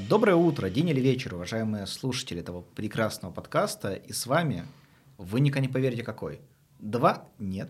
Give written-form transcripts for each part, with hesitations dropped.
Доброе утро, день или вечер, уважаемые слушатели этого прекрасного подкаста. И с вами, вы никогда не поверите, какой. Нет.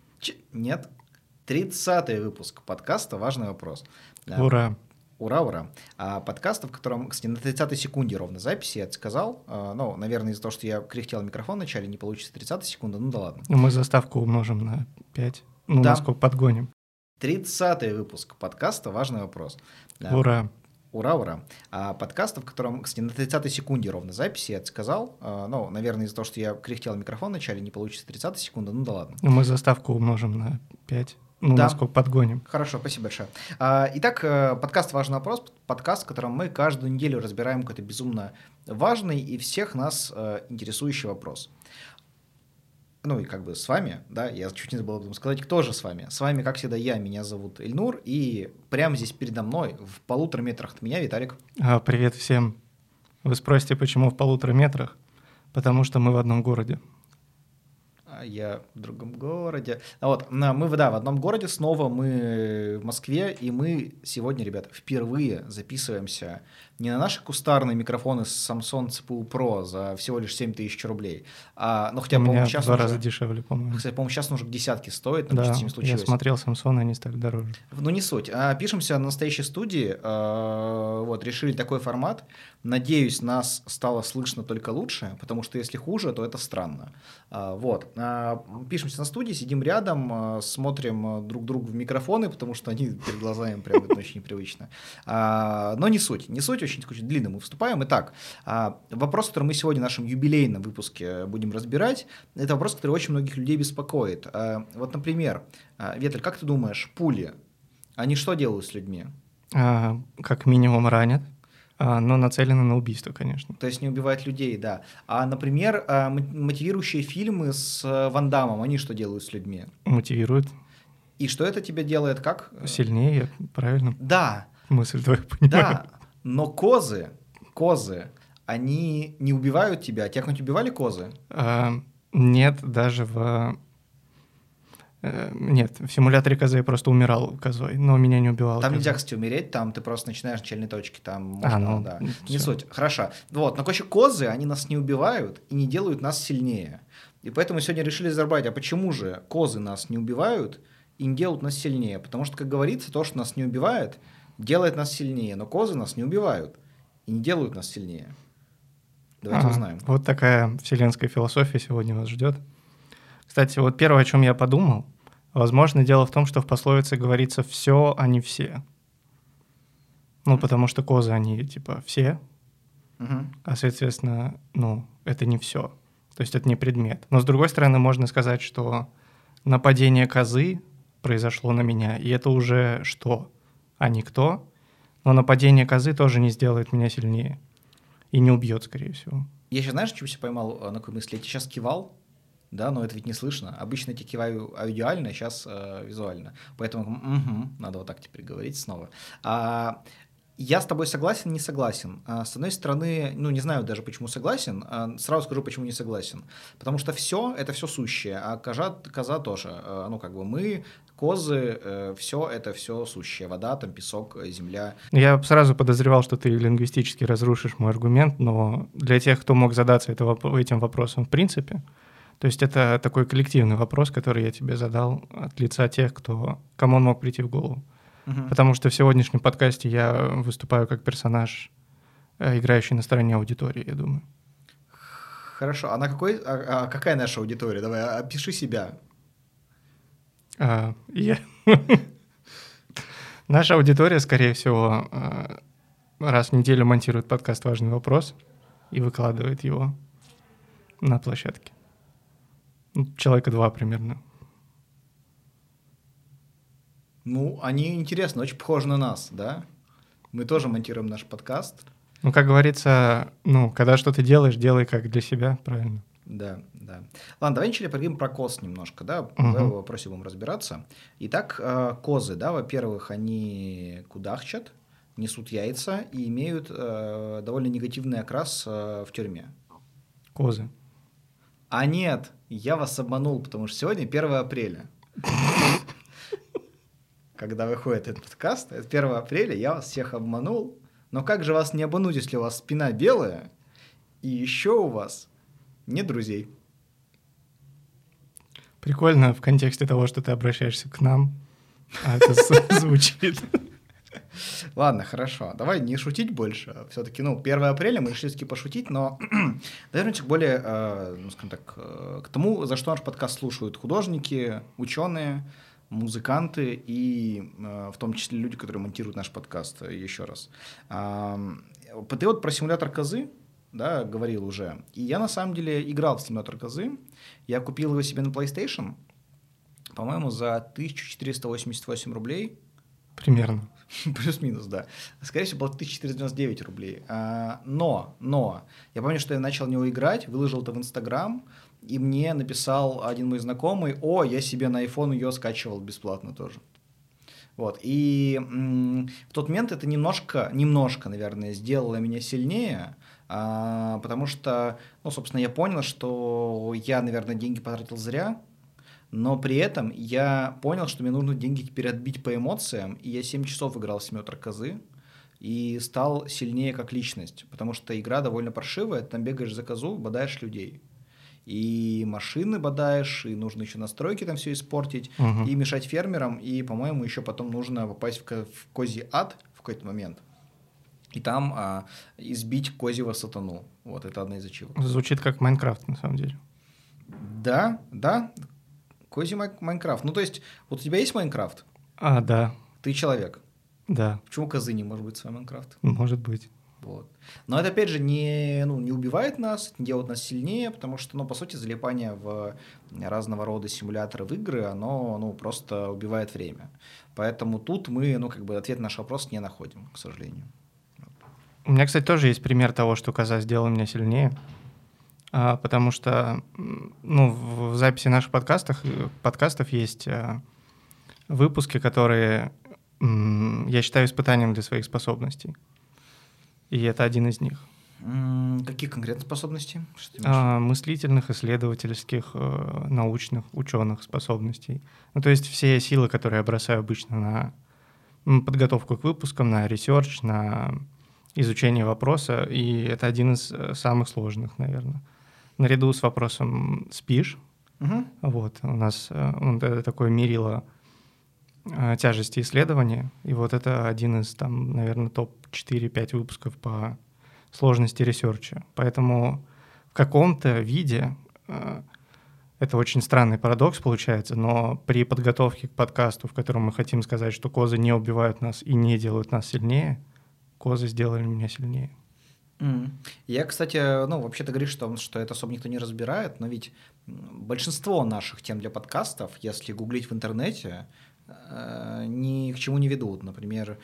30-й выпуск подкаста «Важный вопрос». Ура! Ура! Подкаста, в котором, кстати, на 30-й секунде ровно записи я это сказал. Наверное, из-за того, что я кряхтел микрофон вначале, не получится 30 секунды, да ладно. Мы заставку умножим на 5, да. Насколько подгоним. 30-й выпуск подкаста «Важный вопрос». Ура! Ура! Подкаста, в котором, кстати, на 30-й секунде ровно записи я это сказал. Наверное, из-за того, что я кряхтел микрофон вначале, не получится 30 секунды, да ладно. Мы заставку умножим на 5, насколько подгоним. Хорошо, спасибо большое. Итак, подкаст «Важный вопрос», подкаст, в котором мы каждую неделю разбираем какой-то безумно важный и всех нас интересующий вопрос. И как бы с вами, да, я чуть не забыл об этом сказать, кто же с вами? С вами, как всегда, меня зовут Ильнур, и прямо здесь передо мной, в 1,5 метрах от меня, Виталик. Привет всем. Вы спросите, почему в 1,5 метрах? Потому что мы в одном городе. Я в другом городе. Мы, в одном городе снова, мы в Москве, и мы сегодня, ребята, впервые записываемся не на наши кустарные микрофоны с Samsung CPU Pro за всего лишь 7000 рублей, хотя, по-моему, сейчас в 2 раза дешевле, по-моему. Кстати, по-моему, сейчас он уже к десятке стоит, да, я смотрел Samsung, они стали дороже. Не суть. Пишемся на настоящей студии, решили такой формат. Надеюсь, нас стало слышно только лучше, потому что если хуже, то это странно. Пишемся на студии, сидим рядом, смотрим друг другу в микрофоны, потому что они перед глазами прям это очень непривычно. Но не суть, очень длинно мы вступаем. Итак, вопрос, который мы сегодня в нашем юбилейном выпуске будем разбирать, это вопрос, который очень многих людей беспокоит. Например, Ветель, как ты думаешь, пули, они что делают с людьми? Как минимум ранят. Но нацелены на убийство, конечно. То есть не убивают людей, да. Например, мотивирующие фильмы с Ван Даммом, они что делают с людьми? Мотивируют. И что это тебя делает как? Сильнее, правильно? Да. Мысль твою понимаю. Да, но козы, они не убивают тебя. Тебя как-нибудь убивали козы? Нет, даже Нет, в симуляторе козы я просто умирал козой, но меня не убивало. Там нельзя, кстати, умереть, там ты просто начинаешь с начальной точки, там можно, да. Не суть. Хорошо. Но, козы, они нас не убивают и не делают нас сильнее. И поэтому сегодня решили разобрать, почему же козы нас не убивают и не делают нас сильнее? Потому что, как говорится, то, что нас не убивает, делает нас сильнее, но козы нас не убивают и не делают нас сильнее. Давайте узнаем. Вот такая вселенская философия сегодня вас ждет. Кстати, первое, о чем я подумал, возможно, дело в том, что в пословице говорится «все, а не все». Потому что козы, они все, а, соответственно, это не все. То есть это не предмет. Но, с другой стороны, можно сказать, что нападение козы произошло на меня, и это уже что, а не кто. Но нападение козы тоже не сделает меня сильнее и не убьет, скорее всего. Я сейчас, знаешь, что себя поймал на какой мысли? Я тебе сейчас кивал, да, но это ведь не слышно. Обычно я тебе киваю аудиально, сейчас визуально. Поэтому надо вот так теперь говорить снова. Я с тобой согласен, не согласен. С одной стороны, не знаю даже, почему согласен. Сразу скажу, почему не согласен. Потому что все – это все сущее, а коза тоже. Мы, козы, все это все сущее. Вода, там, песок, земля. Я сразу подозревал, что ты лингвистически разрушишь мой аргумент, но для тех, кто мог задаться этим вопросом в принципе, то есть это такой коллективный вопрос, который я тебе задал от лица тех, кому он мог прийти в голову. Потому что в сегодняшнем подкасте я выступаю как персонаж, играющий на стороне аудитории, я думаю. Хорошо. Какая наша аудитория? Давай, опиши себя. Наша аудитория, скорее всего, раз в неделю монтирует подкаст «Важный вопрос» и выкладывает его на площадке. Человека 2 примерно. Они интересны, очень похожи на нас, да? Мы тоже монтируем наш подкаст. Как говорится, когда что-то делаешь, делай как для себя, правильно? Да. Ладно, давай начали поговорим про коз немножко, да? В этом вопросе будем разбираться. Итак, козы, да, во-первых, они кудахчат, несут яйца и имеют довольно негативный окрас в тюрьме. Козы. Нет, я вас обманул, потому что сегодня 1 апреля. Когда выходит этот подкаст, это 1 апреля, я вас всех обманул. Но как же вас не обмануть, если у вас спина белая, и еще у вас нет друзей? Прикольно в контексте того, что ты обращаешься к нам, а это звучит. Ладно, хорошо. Давай не шутить больше. Все-таки, 1 апреля мы решили все-таки пошутить, но вернемся к более, скажем так, к тому, за что наш подкаст слушают художники, ученые, музыканты и в том числе люди, которые монтируют наш подкаст. Еще раз. Ты вот про симулятор козы, да, говорил уже. И я на самом деле играл в симулятор козы. Я купил его себе на PlayStation, по-моему, за 1488 рублей. Примерно. Плюс-минус, да. Скорее всего, было 1499 рублей. Но я помню, что я начал в него играть, выложил это в Инстаграм, и мне написал один мой знакомый: «О, я себе на iPhone ее скачивал бесплатно тоже». Вот. И в тот момент это немножко, наверное, сделало меня сильнее, потому что, собственно, я понял, что я, наверное, деньги потратил зря, но при этом я понял, что мне нужно деньги теперь отбить по эмоциям, и я 7 часов играл в симулятор козы и стал сильнее как личность, потому что игра довольно паршивая, ты там бегаешь за козу, бодаешь людей. И машины бодаешь, и нужно еще настройки там все испортить, и мешать фермерам, и, по-моему, еще потом нужно попасть в козий ад в какой-то момент, и там избить козьего сатану. Вот, это одна из ачивок. Звучит как Майнкрафт, на самом деле. Да. Козий Майнкрафт. То есть, вот у тебя есть Майнкрафт? Да. Ты человек. Да. Почему козы не может быть свой Майнкрафт? Может быть. Вот. Но это, опять же, не убивает нас, не делает нас сильнее, потому что, по сути, залипание в разного рода симуляторы в игры, оно, просто убивает время. Поэтому тут мы, ответ на наш вопрос не находим, к сожалению. У меня, кстати, тоже есть пример того, что коза сделала меня сильнее. Потому что в записи наших подкастов есть выпуски, которые я считаю испытанием для своих способностей. И это один из них. Какие конкретно способности? Мыслительных, исследовательских, научных, ученых способностей. То есть все силы, которые я бросаю обычно на подготовку к выпускам, на ресерч, на изучение вопроса, и это один из самых сложных, наверное. Наряду с вопросом «спишь?», вот, у нас это такое мерило тяжести исследования, и вот это один из, наверное, топ-4-5 выпусков по сложности ресерча. Поэтому в каком-то виде это очень странный парадокс получается, но при подготовке к подкасту, в котором мы хотим сказать, что козы не убивают нас и не делают нас сильнее, козы сделали меня сильнее. Я, кстати, вообще ты говоришь, что это особо никто не разбирает, но ведь большинство наших тем для подкастов, если гуглить в интернете, ни к чему не ведут. Например,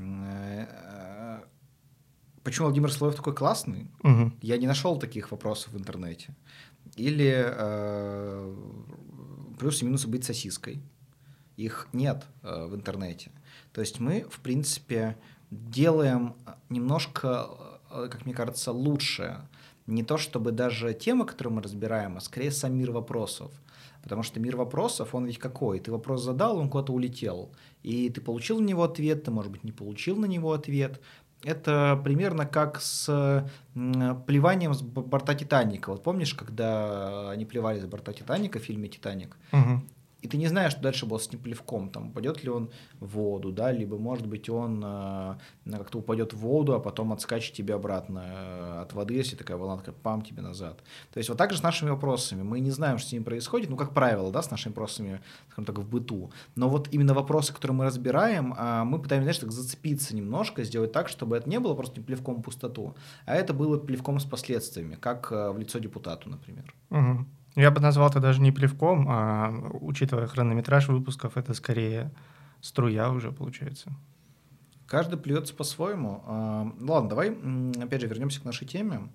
почему Владимир Соловьев такой классный? Я не нашел таких вопросов в интернете. Или плюсы и минусы быть сосиской. Их нет в интернете. То есть мы, в принципе, делаем немножко, как мне кажется, лучше. Не то чтобы даже темы, которые мы разбираем, а скорее сам мир вопросов. Потому что мир вопросов, он ведь какой? Ты вопрос задал, он куда-то улетел. И ты получил на него ответ, ты, может быть, не получил на него ответ. Это примерно как с плеванием с борта Титаника. Вот помнишь, когда они плевали с борта Титаника в фильме «Титаник»? И ты не знаешь, что дальше было с этим плевком, упадет ли он в воду, да, либо, может быть, он как-то упадет в воду, а потом отскачет тебе обратно от воды, если такая волна, такая пам, тебе назад. То есть вот так же с нашими вопросами. Мы не знаем, что с ними происходит, как правило, да, с нашими вопросами, скажем так, в быту. Но вот именно вопросы, которые мы разбираем, мы пытаемся, знаешь, так зацепиться немножко, сделать так, чтобы это не было просто плевком в пустоту, а это было плевком с последствиями, как в лицо депутату, например. Я бы назвал это даже не плевком, а, учитывая хронометраж выпусков, это скорее струя уже получается. Каждый плюется по-своему. Ладно, давай опять же вернемся к нашей теме.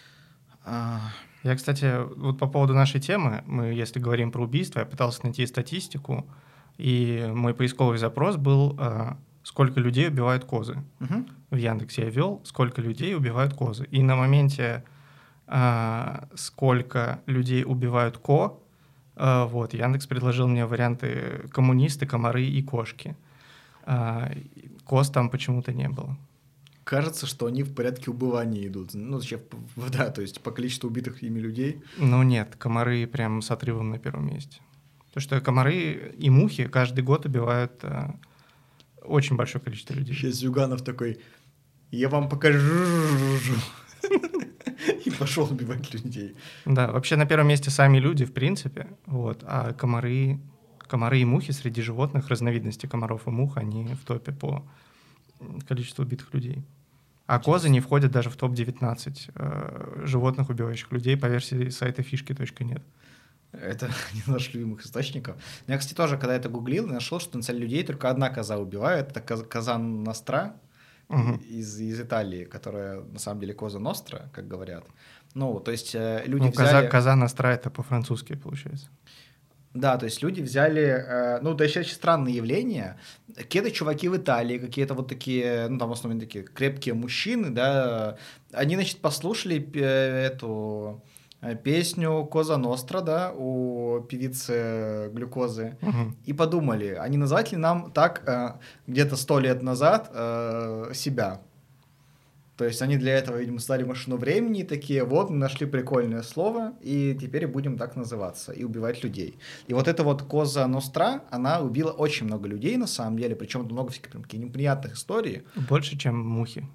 Я, кстати, вот по поводу нашей темы, мы, если говорим про убийство, я пытался найти статистику, и мой поисковый запрос был, сколько людей убивают козы. В Яндексе я ввел, сколько людей убивают козы. И на моменте сколько людей убивают вот, Яндекс предложил мне варианты коммунисты, комары и кошки. Коз там почему-то не было. кажется, что они в порядке убывания идут. Ну, вообще, да, то есть по количеству убитых ими людей. Ну нет, комары прям с отрывом на первом месте. Потому что комары и мухи каждый год убивают очень большое количество людей. Сейчас Зюганов такой, я вам покажу. И пошел убивать людей. Да, вообще на первом месте сами люди, в принципе, вот, а комары и мухи среди животных, разновидности комаров и мух, они в топе по количеству убитых людей. А козы не входят даже в топ-19 животных, убивающих людей, по версии сайта fishki.net. Это один из наших любимых источников. Я, кстати, тоже, когда это гуглил, нашел, что на самом деле людей только одна коза убивает. Это коза Ностра из Италии, которая на самом деле коза Ностра, как говорят. Ну, то есть люди взяли... Коза Ностра — это по-французски, получается. Да, то есть люди взяли, ну, да, еще очень странное явление. Какие-то чуваки в Италии, какие-то вот такие, ну, там в основном такие крепкие мужчины, да, они, значит, послушали эту песню «Коза Ностра», да, у певицы Глюкозы, и подумали, а не назвать ли нам так где-то 100 лет назад себя? То есть они для этого, видимо, стали машину времени и такие, вот, мы нашли прикольное слово, и теперь будем так называться, и убивать людей. И вот эта вот Коза Ностра, она убила очень много людей, на самом деле, причем много всяких прям таких неприятных историй. Больше, чем мухи.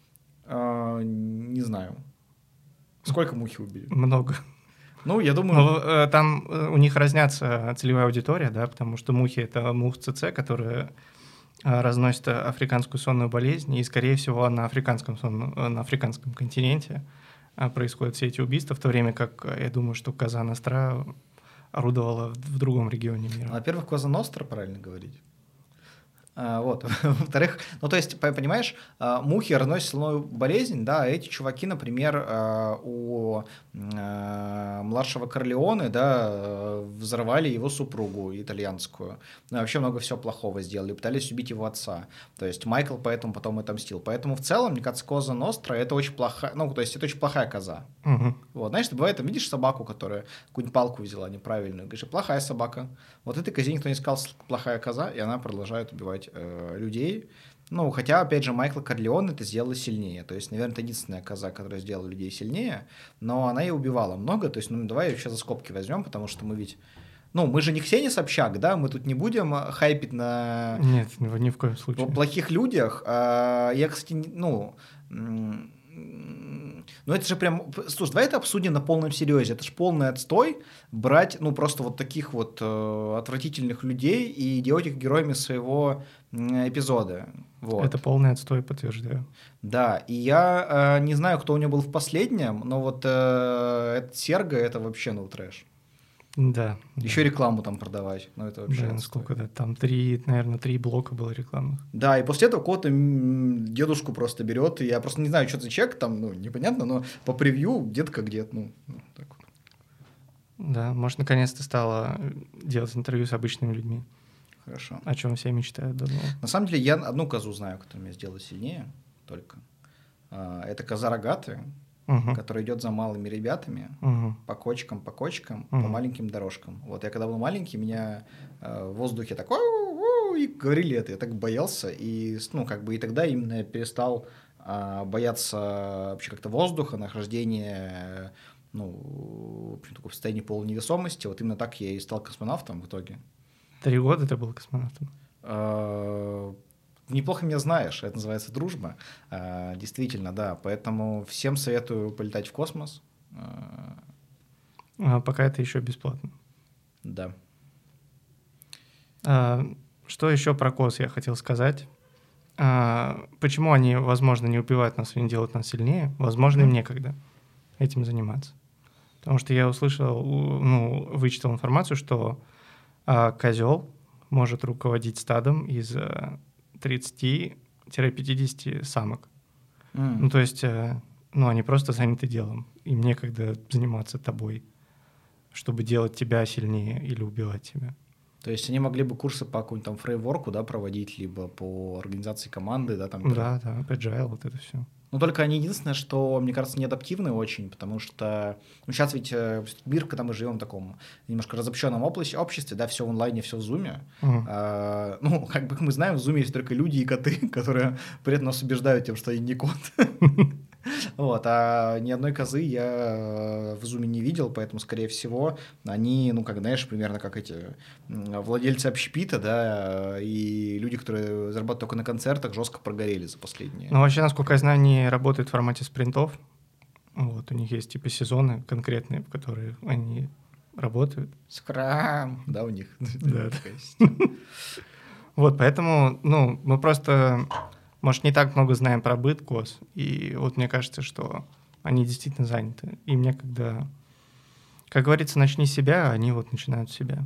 Не знаю. Сколько мухи убили? Много. Ну, я думаю... Но там у них разнятся целевая аудитория, да, потому что мухи — это мух ЦЦ, которые разносит африканскую сонную болезнь, и, скорее всего, на африканском континенте происходят все эти убийства, в то время как, я думаю, что Коза Ностра орудовала в другом регионе мира. Во-первых, Коза Ностра, правильно говорить. Вот. Во-вторых, ну, то есть, понимаешь, мухи разносят сонную болезнь, да, а эти чуваки, например, у младшего Корлеоне, да, взорвали его супругу итальянскую, ну, вообще много всего плохого сделали, пытались убить его отца, то есть Майкл поэтому потом отомстил, поэтому в целом, мне кажется, Коза Ностра — это очень плохая, ну, то есть это очень плохая коза. Вот, знаешь, ты бывает, там видишь собаку, которая какую-нибудь палку взяла неправильную, говоришь, плохая собака, вот этой козе никто не сказал, плохая коза, и она продолжает убивать людей. Ну, хотя, опять же, Майкл Корлеоне это сделала сильнее. То есть, наверное, это единственная коза, которая сделала людей сильнее, но она и убивала много. То есть, ну, давай еще за скобки возьмем, потому что мы ведь... Ну, мы же не Ксения Собчак, да? Мы тут не будем хайпить на... Нет, ни в коем случае. Плохих людях. Я, кстати, ну, это же прям... Слушай, давай это обсудим на полном серьезе. Это же полный отстой брать, ну, просто вот таких вот отвратительных людей и делать их героями своего эпизода. Вот. Это полный отстой, подтверждаю. Да, и я не знаю, кто у него был в последнем, но вот этот Серго — это вообще, ну, трэш. Да. Еще рекламу там продавать. Ну, это вообще... Да, сколько, да, там 3 блока было рекламных. Да, и после этого кого-то дедушку просто берет, и я просто не знаю, что за человек там, ну, непонятно, но по превью дед как дед, ну так вот. Да, может, наконец-то стала делать интервью с обычными людьми. Хорошо. О чем все мечтают давно. На самом деле, я одну козу знаю, которая меня сделала сильнее только. Это коза рогатая, которая идет за малыми ребятами по кочкам, по маленьким дорожкам. Вот я когда был маленький, меня в воздухе так и говорили это, я так боялся, и, ну, как бы и тогда именно я перестал бояться вообще как-то воздуха, нахождения, ну, в общем, такого состояния полуневесомости. Вот именно так я и стал космонавтом в итоге. 3 года ты был космонавтом? Неплохо меня знаешь, это называется дружба. Действительно, да. Поэтому всем советую полетать в космос. Пока это еще бесплатно. Да. Что еще про коз я хотел сказать? Почему они, возможно, не убивают нас и не делают нас сильнее? Возможно, им некогда этим заниматься. Потому что я услышал, ну, вычитал информацию, что козел может руководить стадом из 30-50 самок. Ну, то есть, ну, они просто заняты делом. Им некогда заниматься тобой, чтобы делать тебя сильнее или убивать тебя. То есть они могли бы курсы по какому-нибудь там фреймворку, да, проводить, либо по организации команды, да, там. Да, agile, вот это все. Но только они единственное, что, мне кажется, не адаптивны очень, потому что сейчас ведь мир, когда мы живем в таком немножко разобщенном обществе, да, все в онлайне, все в зуме. Как бы мы знаем, в зуме есть только люди и коты, которые при этом нас убеждают тем, что они не кот. Вот, а ни одной козы я в зуме не видел, поэтому, скорее всего, они, знаешь, примерно как эти владельцы общепита, да, и люди, которые зарабатывают только на концертах, жестко прогорели за последние. Ну, вообще, насколько я знаю, они работают в формате спринтов. Вот, у них есть типа сезоны конкретные, в которые они работают. Скрам, да, у них. Да. Вот, поэтому, мы просто... Может, не так много знаем про быт коз, и вот мне кажется, что они действительно заняты. И мне когда, как говорится, начни с себя, они вот начинают с себя.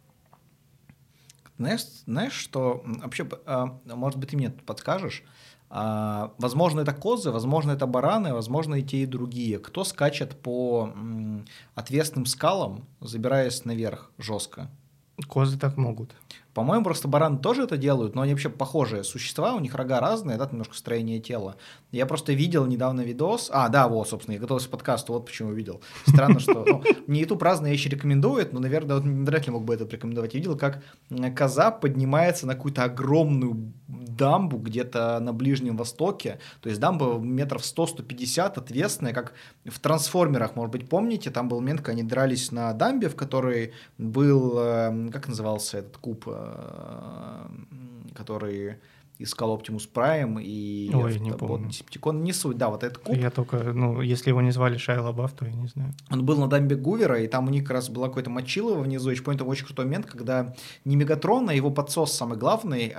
Знаешь, что вообще, может быть, ты мне подскажешь, возможно, это козы, возможно, это бараны, возможно, и те, и другие. Кто скачет по отвесным скалам, забираясь наверх жестко? Козы так могут. По-моему, просто бараны тоже это делают, но они вообще похожие существа, у них рога разные, да, немножко строение тела. Я просто видел недавно видос, собственно, я готовился к подкасту, вот почему видел. Странно, что, мне YouTube разные вещи рекомендует, но, наверное, вряд ли мог бы это порекомендовать. Я видел, как коза поднимается на какую-то огромную дамбу где-то на Ближнем Востоке, то есть дамба метров 100-150, отвесная, как в «Трансформерах», может быть, помните, там был момент, когда они дрались на дамбе, в которой был, как назывался этот куб, который искал Optimus Prime и Decepticon, не суть, да, вот этот куб. Я только, если его не звали Шайа ЛаБаф, то я не знаю. Он был на дамбе Гувера, и там у них как раз была какое-то мочилово внизу, еще помню, там очень крутой момент, когда не Мегатрон, а его подсос самый главный,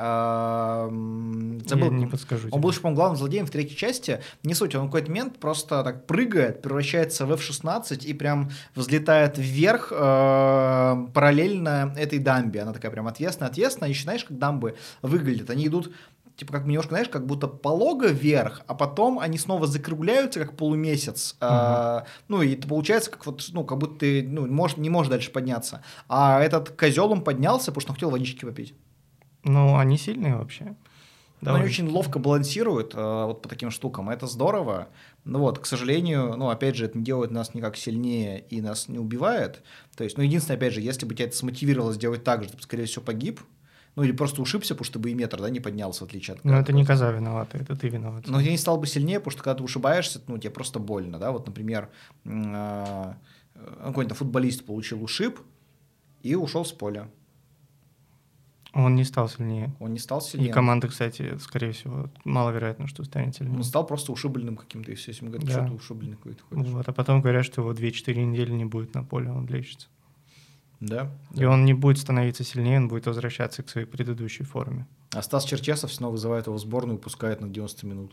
я не подскажу. Он был еще, по-моему, главным злодеем в третьей части, не суть, он в какой-то момент просто так прыгает, превращается в F-16 и прям взлетает вверх параллельно этой дамбе, она такая прям отвесная, и еще знаешь, как дамбы выглядят, они идут типа как немножко, знаешь, как будто полого вверх, а потом они снова закругляются, как полумесяц. И это получается, как вот, как будто ты не можешь дальше подняться. А этот козел он поднялся, потому что он хотел водички попить. Они сильные вообще. Они очень ловко балансируют вот по таким штукам, это здорово. К сожалению, опять же, это не делает нас никак сильнее и нас не убивает. То есть, единственное, опять же, если бы тебя это смотивировало сделать так же, ты бы, скорее всего, погиб. Или просто ушибся, потому что боеметр, да, не поднялся, в отличие от... это не коза виновата, это ты виноват. Но я не стал бы сильнее, потому что когда ты ушибаешься, тебе просто больно, да, вот, например, какой-то футболист получил ушиб и ушел с поля. Он не стал сильнее. И команда, кстати, скорее всего, маловероятно, что станет сильнее. Он стал просто ушибленным каким-то, и все, если ему говорят, что ты ушибленный какой-то ходишь. Вот, а потом говорят, что его 2-4 недели не будет на поле, он лечится. Да. И он не будет становиться сильнее, он будет возвращаться к своей предыдущей форме. А Стас Черчесов снова вызывает его в сборную и пускает на 90 минут.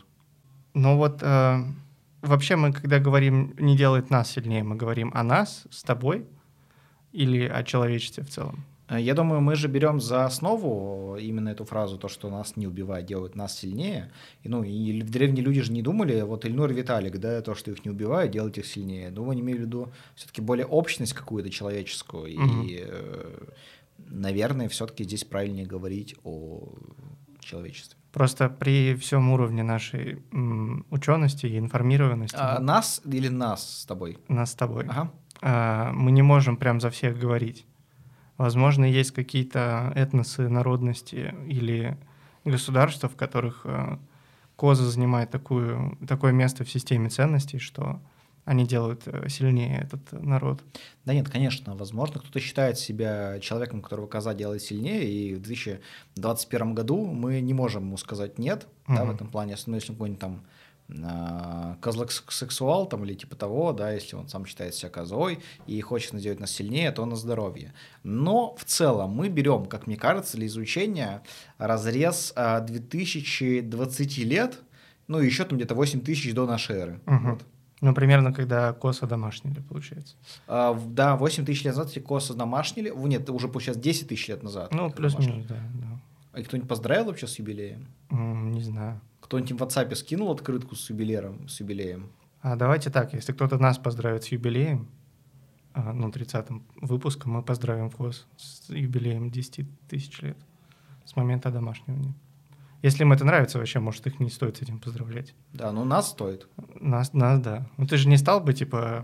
Вообще мы, когда говорим «не делает нас сильнее», мы говорим о нас с тобой или о человечестве в целом? Я думаю, мы же берем за основу именно эту фразу, то, что нас не убивает, делает нас сильнее. И древние люди же не думали, вот Ильнур и Виталик, да, то, что их не убивает, делает их сильнее. Но они имели в виду все-таки более общность какую-то человеческую. И, наверное, все-таки здесь правильнее говорить о человечестве. Просто при всем уровне нашей учености и информированности... Нас или нас с тобой? Нас с тобой. Ага. Мы не можем прям за всех говорить. Возможно, есть какие-то этносы, народности или государства, в которых коза занимает такое место в системе ценностей, что они делают сильнее этот народ. Да нет, конечно, возможно, кто-то считает себя человеком, которого коза делает сильнее, и в 2021 году мы не можем ему сказать «нет», да, в этом плане, особенно если какой-нибудь там козлосексуал там, или типа того, да, если он сам считает себя козой и хочет сделать нас сильнее, то на здоровье. Но в целом мы берем, как мне кажется, для изучения разрез 2020 лет, еще там где-то 8000 до нашей эры. Вот. Примерно, когда коз одомашнили, получается. Да, 8000 лет назад коз одомашнили. Нет, уже, получается, 10 тысяч лет назад. Плюс-минус, да. А кто-нибудь поздравил вообще с юбилеем? Не знаю. Кто-нибудь в WhatsApp скинул открытку с юбилеем? Давайте так, если кто-то нас поздравит с юбилеем, 30-м выпуском, мы поздравим коз с юбилеем 10 тысяч лет с момента одомашнивания. Если им это нравится вообще, может, их не стоит с этим поздравлять. Да, ну нас стоит. Нас, да. Ну ты же не стал бы, типа,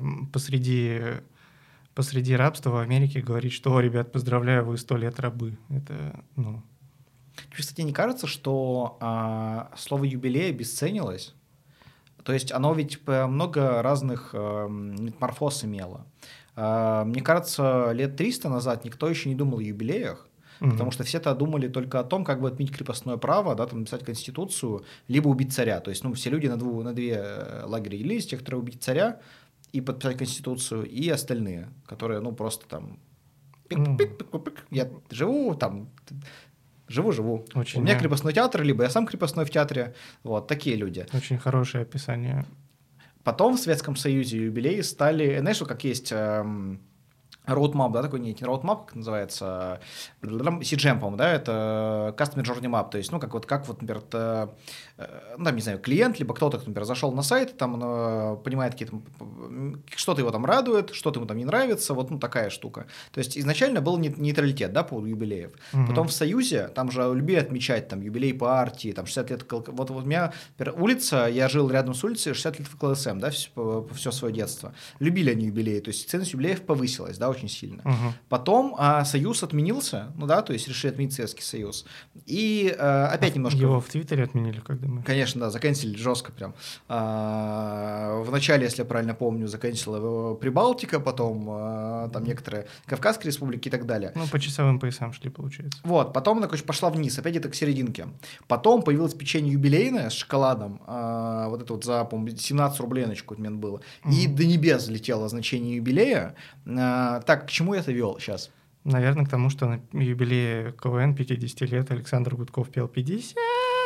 посреди рабства в Америке говорить, что, ребят, поздравляю, вы 100 лет рабы. Это, ну... Кстати, не кажется, что слово «юбилей» обесценилось? То есть оно ведь много разных метаморфоз имело. Мне кажется, лет 300 назад никто еще не думал о юбилеях, потому что все-то думали только о том, как бы отменить крепостное право, да, там, написать конституцию, либо убить царя. То есть, ну, все люди на две лагеря делились, те, которые убить царя и подписать конституцию, и остальные, которые, ну, просто там я живу там... Живу. Очень, у меня крепостной театр, либо я сам крепостной в театре. Вот, такие люди. Очень хорошее описание. Потом в Советском Союзе юбилеи стали... Знаешь, вот как есть roadmap, да, такой не roadmap, как называется, CGM, по-моему, да, это Customer Journey Map, то есть, ну, как вот, например, ну, там, не знаю, клиент, либо кто-то, например, зашел на сайт, там, понимает какие-то, что-то его там радует, что-то ему там не нравится, вот, ну, такая штука. То есть, изначально был нейтралитет, да, по поводу юбилеев. Потом в Союзе, там же любили отмечать, там, юбилей партии, там, 60 лет, вот у меня улица, я жил рядом с улицей, 60 лет в КЛСМ, да, все свое детство. Любили они юбилеи, то есть, ценность юбилеев повысилась, да, очень сильно. Потом Союз отменился, ну да, то есть решили отменить Советский Союз. И опять немножко... Его в Твиттере отменили, как думаешь? Конечно, да, заканчивали жестко прям. Вначале, если я правильно помню, заканчивала его Прибалтика, потом там некоторые Кавказские республики и так далее. Ну, по часовым поясам шли, получается. Вот, потом она, короче, пошла вниз, опять это к серединке. Потом появилось печенье юбилейное с шоколадом, вот это вот за, по-моему, 17 рублей на какой-то момент было. И до небес взлетело значение юбилея. Так, к чему я это вел сейчас? Наверное, к тому, что на юбилее КВН 50 лет Александр Гудков пел 50.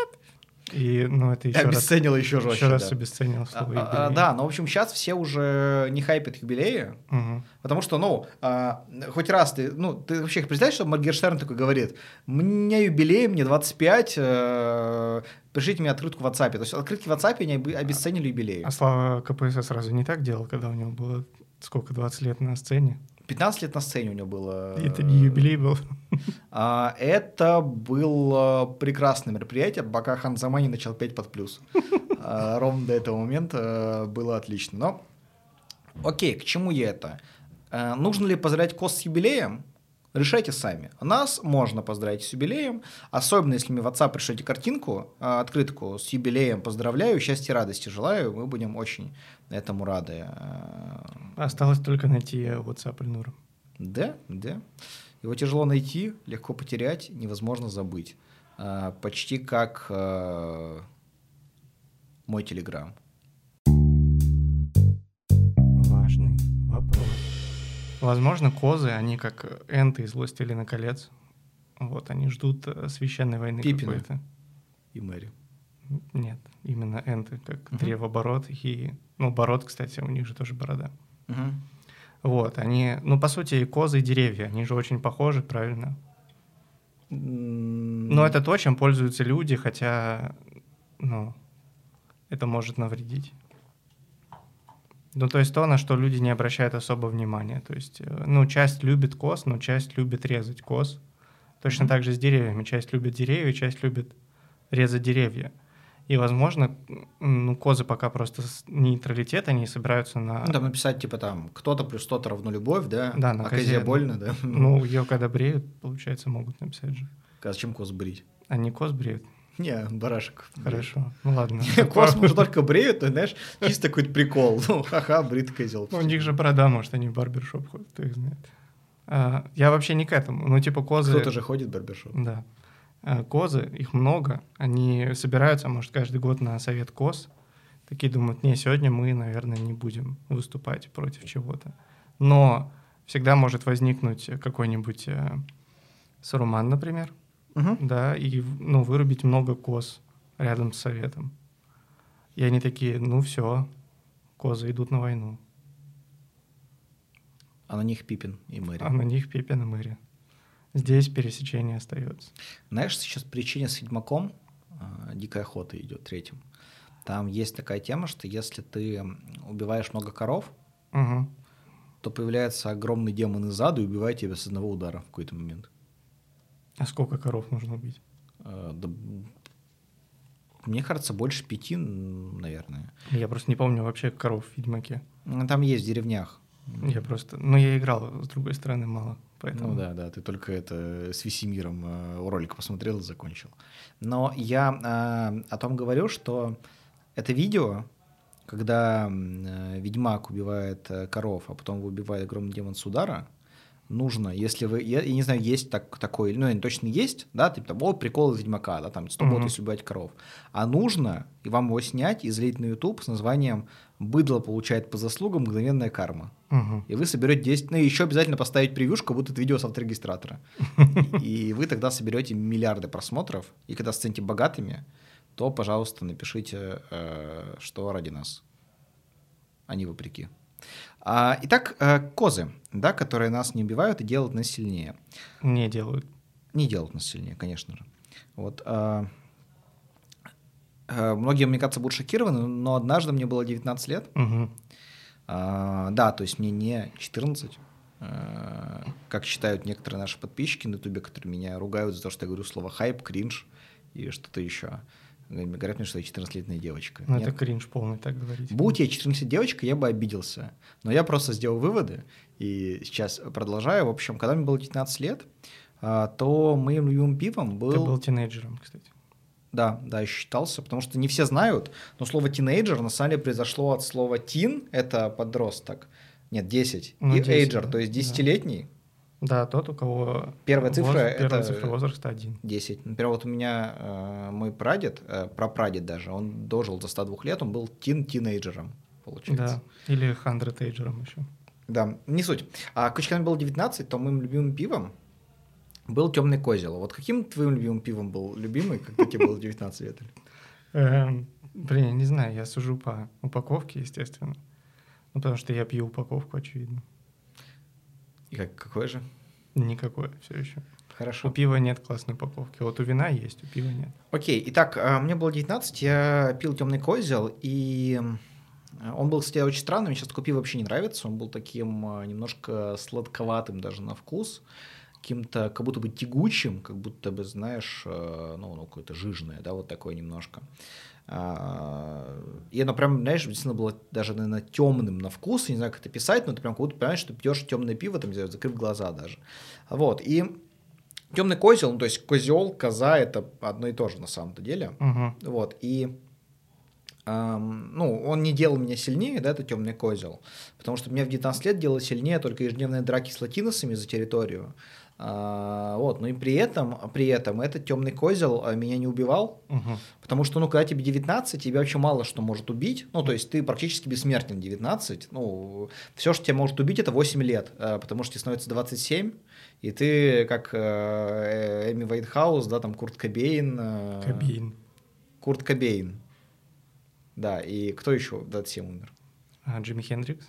И, ну, это еще обесценило еще жестче. Еще раз обесценило слово юбилей. Да, но, в общем, сейчас все уже не хайпят юбилеи, потому что, ну, хоть раз ты вообще представляешь, что Моргенштерн такой говорит, у меня юбилей, мне 25, пишите мне открытку в WhatsApp. То есть открытки в WhatsApp они обесценили юбилеи. А Слава КПСС разве не так делал, когда у него было, сколько, 20 лет на сцене? 15 лет на сцене у него было. И это не юбилей был. Это было прекрасное мероприятие, пока Ханзама не начал петь под плюс. Ровно до этого момента было отлично. Но, окей, к чему я это? Нужно ли поздравлять КОС с юбилеем? Решайте сами. Нас можно поздравить с юбилеем, особенно если мне в WhatsApp пришлете картинку, открытку с юбилеем, поздравляю, счастья и радости желаю, мы будем очень этому рады. Осталось только найти WhatsApp Ильнура. Да. Его тяжело найти, легко потерять, невозможно забыть. Почти как мой Telegram. Важный вопрос. Возможно, козы, они как энты из «Властелина колец». Вот, они ждут священной войны какой-то. И Мэри. Нет, именно энты, как древоборот. И, ну, бород, кстати, у них же тоже борода. Вот, они, ну, по сути, козы и деревья, они же очень похожи, правильно? Но это то, чем пользуются люди, хотя, ну, это может навредить. Ну, то есть то, на что люди не обращают особо внимания. То есть, ну, часть любит коз, но часть любит резать коз. Точно так же с деревьями. Часть любит деревья, часть любит резать деревья. И, возможно, ну, козы пока просто нейтралитет, они собираются на... Ну, там написать, типа, там, кто-то плюс кто-то равно любовь, да? Да, на козе больно, да? Ну, ее когда бреют, получается, могут написать же. А зачем коз брить? Они коз бреют? Не, барашек. Хорошо, ну ладно. Коз, может, только бреют, но, знаешь, чисто какой-то прикол. Ну, ха-ха, брит козел. У них же борода, может, они в барбершоп ходят, кто их знает. Я вообще не к этому. Ну, типа козы... Кто-то же ходит в барбершоп. Да. Козы, их много. Они собираются, может, каждый год на совет коз. Такие думают, не, сегодня мы, наверное, не будем выступать против чего-то. Но всегда может возникнуть какой-нибудь Саруман, например, да, и, ну, вырубить много коз рядом с советом. И они такие, ну все, козы идут на войну. А на них Пипин и Мэри. А на них Пипин и Мэри. Здесь пересечение остается. Знаешь, сейчас причина с Ведьмаком, Дикая охота идет третьим. Там есть такая тема, что если ты убиваешь много коров, то появляется огромный демон из ада и убивает тебя с одного удара в какой-то момент. А сколько коров нужно убить? Да, мне кажется, больше 5, наверное. Я просто не помню вообще коров в Ведьмаке. Там есть в деревнях. Я просто... Ну, я играл, с другой стороны, мало. Поэтому... Ну да, ты только это с Весемиром ролик посмотрел и закончил. Но я о том говорю, что это видео, когда ведьмак убивает коров, а потом его убивает огромный демон с удара, нужно, если вы, я не знаю, есть такой, ну, точно есть, да, типа, вот прикол из Ведьмака, да, там 100 бот, если убивать коров, а нужно и вам его снять и залить на YouTube с названием «Быдло получает по заслугам, мгновенная карма». И вы соберете 10, ну, и еще обязательно поставить превьюшку, как будто это видео с авторегистратора. И вы тогда соберете миллиарды просмотров, и когда станете богатыми, то, пожалуйста, напишите, что ради нас, а не вопреки. Итак, козы, да, которые нас не убивают и делают нас сильнее. Не делают. Не делают нас сильнее, конечно же. Вот, многие, мне кажется, будут шокированы, но однажды мне было 19 лет. Да, то есть мне не 14, как считают некоторые наши подписчики на Ютубе, которые меня ругают за то, что я говорю слово хайп, кринж и что-то еще. Говорят мне, что я 14-летняя девочка. Ну, это кринж полный, так говорить. Будь я 14-летняя девочка, я бы обиделся. Но я просто сделал выводы и сейчас продолжаю. В общем, когда мне было 19 лет, то моим любимым пивом был... Ты был тинейджером, кстати. Да, я считался, потому что не все знают, но слово «тинейджер» на самом деле произошло от слова «тин» — это подросток, нет, 10, ну, и 10, «эйджер», да, то есть 10-летний. Да, тот, у кого первая цифра цифра возраста 1. 10. Например, вот у меня мой прадед, прапрадед даже, он дожил до 102 лет, он был тинейджером, получается. Да, или хандред-эйджером еще. Да, не суть. Короче, когда мне было 19, то моим любимым пивом был темный козел. Вот каким твоим любимым пивом был любимый, когда тебе было 19 лет? Блин, я не знаю, я сужу по упаковке, естественно. Ну, потому что я пью упаковку, очевидно. И какой же? Никакой, все еще. Хорошо. У пива нет классной упаковки. Вот у вина есть, у пива нет. Окей, итак, мне было 19, я пил темный козел, и он был, кстати, очень странным. Мне сейчас такое пиво вообще не нравится. Он был таким немножко сладковатым даже на вкус, каким-то, как будто бы тягучим, как будто бы, знаешь, ну какое-то жирное, да, вот такое немножко. И оно прям, знаешь, действительно было даже, наверное, темным на вкус, я не знаю, как это писать, но ты прям как будто понимаешь, что пьешь темное пиво, там, не знаю, закрыв глаза даже. Вот, и темный козел, ну, то есть козел, коза — это одно и то же на самом-то деле. Вот, и ну, он не делал меня сильнее, да, это темный козел, потому что меня в 19 лет делало сильнее только ежедневные драки с латиносами за территорию. Вот, но и при этом этот темный козел меня не убивал, потому что, ну, когда тебе 19, тебе вообще мало что может убить, ну, то есть ты практически бессмертен 19, ну, все, что тебя может убить, это 8 лет, потому что тебе становится 27, и ты как Эми Уайтхаус, да, там Курт Кобейн. Курт Кобейн. Да, и кто еще в 27 умер? Джимми Хендрикс.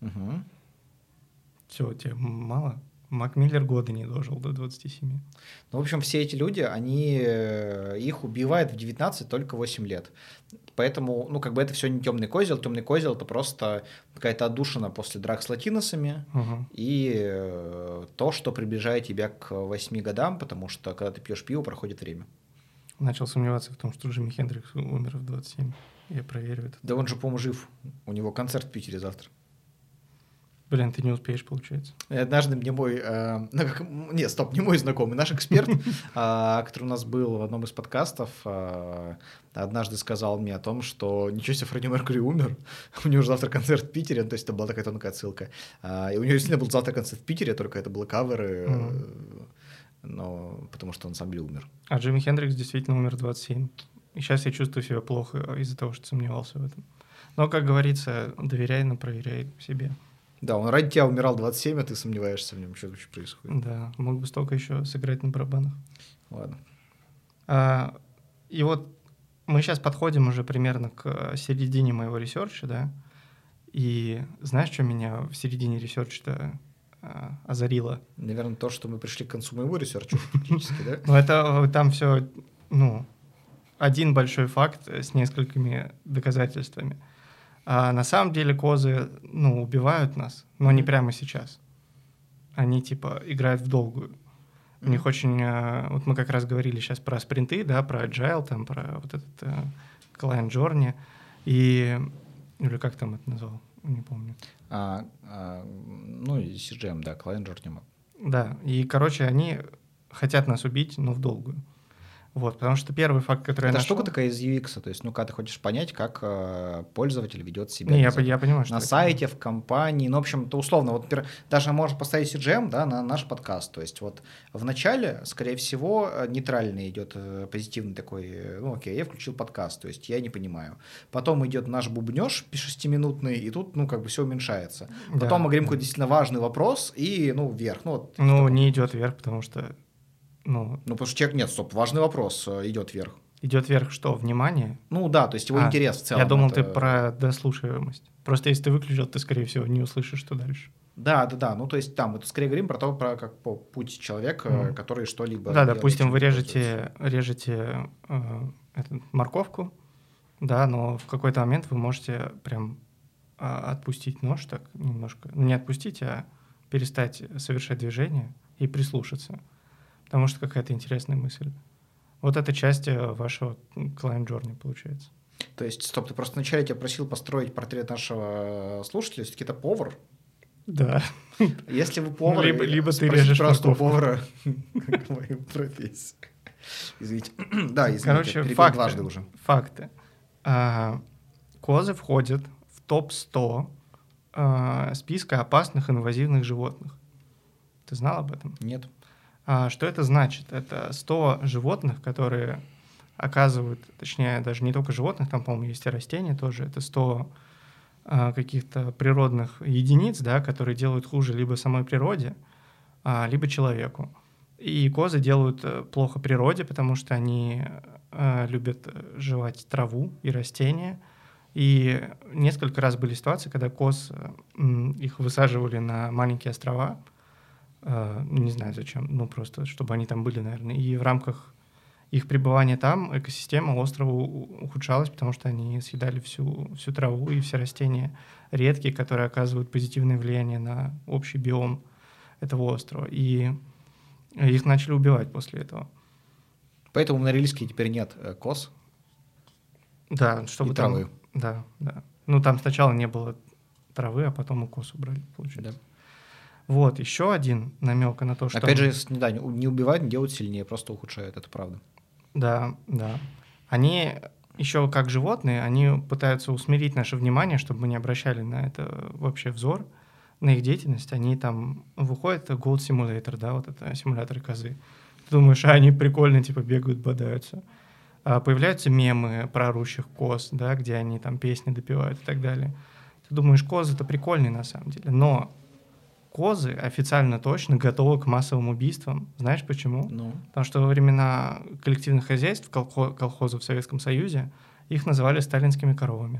Все, тебе мало? Мак Миллер года не дожил до 27. Ну, в общем, все эти люди, их убивают в 19 только 8 лет. Поэтому, ну, как бы это все не темный козел. Темный козел — это просто какая-то отдушина после драк с латиносами и то, что приближает тебя к 8 годам, потому что, когда ты пьешь пиво, проходит время. Начал сомневаться в том, что Джимми Хендрикс умер в 27. Я проверю это. Да он же, по-моему, жив. У него концерт в Питере завтра. Блин, ты не успеешь, получается. Однажды мне мой... не мой знакомый, наш эксперт, который у нас был в одном из подкастов, однажды сказал мне о том, что ничего себе, Фредди Меркьюри умер, у него же завтра концерт в Питере, то есть это была такая тонкая отсылка. И у него действительно был завтра концерт в Питере, только это были каверы, но потому что он сам умер. А Джимми Хендрикс действительно умер в 27. И сейчас я чувствую себя плохо из-за того, что сомневался в этом. Но, как говорится, доверяй, но проверяй себе. Да, он ради тебя умирал 27, а ты сомневаешься в нем, что вообще происходит. Да, мог бы столько еще сыграть на барабанах. Ладно. И вот мы сейчас подходим уже примерно к середине моего ресерча, да, и знаешь, что меня в середине ресерча озарило? Наверное, то, что мы пришли к концу моего ресерча, практически, да? Ну, это там все, один большой факт с несколькими доказательствами. А на самом деле козы, убивают нас, но не прямо сейчас. Они, играют в долгую. У них очень... Вот мы как раз говорили сейчас про спринты, да, про agile, там, про вот этот client journey. Или как там это назвал? Не помню. Ну, и CGM, да, client journey. Да, и, короче, они хотят нас убить, но в долгую. Вот, потому что первый факт, который это я нашел... штука такая из UX, то есть, ну, когда ты хочешь понять, как пользователь ведет себя. Не, я понимаю, что на сайте, в компании, ну, в общем-то, условно, вот даже можно поставить CGM, да, на наш подкаст, то есть вот в начале, скорее всего, нейтральный идет позитивный такой, ну, окей, я включил подкаст, то есть я не понимаю. Потом идет наш бубнёж 6-минутный, и тут, ну, как бы все уменьшается. Потом мы говорим какой-то действительно важный вопрос, и, ну, вверх. Ну, не идет вверх, потому что... Ну, потому что человек, нет, стоп, важный вопрос идет вверх. Идет вверх что, внимание? Ну да, то есть его интерес в целом. Я думал, ты про дослушиваемость. Просто если ты выключил, ты, скорее всего, не услышишь, что дальше. Да, ну то есть там мы тут скорее говорим про то, про как по путь человека, который что-либо... Да, допустим, вы режете морковку, да, но в какой-то момент вы можете прям отпустить нож так немножко. Не отпустить, а перестать совершать движение и прислушаться. Потому что какая-то интересная мысль. Вот эта часть вашего client journey получается. То есть, стоп, ты просто вначале тебя просил построить портрет нашего слушателя, все-таки это повар? Да. Если вы повар, либо ты режешь просто повара мою профессию. Извините. Да, извините, короче, перебил дважды уже. Факты. Козы входят в топ-100 списка опасных инвазивных животных. Ты знал об этом? Нет. Что это значит? Это 100 животных, которые оказывают, точнее, даже не только животных, там, по-моему, есть и растения тоже, это 100 каких-то природных единиц, да, которые делают хуже либо самой природе, либо человеку. И козы делают плохо природе, потому что они любят жевать траву и растения. И несколько раз были ситуации, когда коз их высаживали на маленькие острова, не знаю зачем, ну просто чтобы они там были, наверное. И в рамках их пребывания там экосистема острова ухудшалась, потому что они съедали всю траву и все растения редкие, которые оказывают позитивное влияние на общий биом этого острова. И их начали убивать после этого. Поэтому на Норильске теперь нет коз? Да, чтобы и там... травы. Да. Ну там сначала не было травы, а потом и коз убрали, получается. Да. Вот, еще один намек на то, что... Опять же, да, не убивать, не делать сильнее, просто ухудшают, это правда. Да. Они еще как животные, они пытаются усмирить наше внимание, чтобы мы не обращали на это вообще взор, на их деятельность. Они там выходят, Goat Simulator, да, вот это симулятор козы. Ты думаешь, они прикольно, типа, бегают, бодаются. Появляются мемы про орущих коз, да, где они там песни допевают и так далее. Ты думаешь, козы — это прикольные на самом деле, но... Козы официально точно готовы к массовым убийствам. Знаешь почему? Потому что во времена коллективных хозяйств, колхозов в Советском Союзе, их называли сталинскими коровами.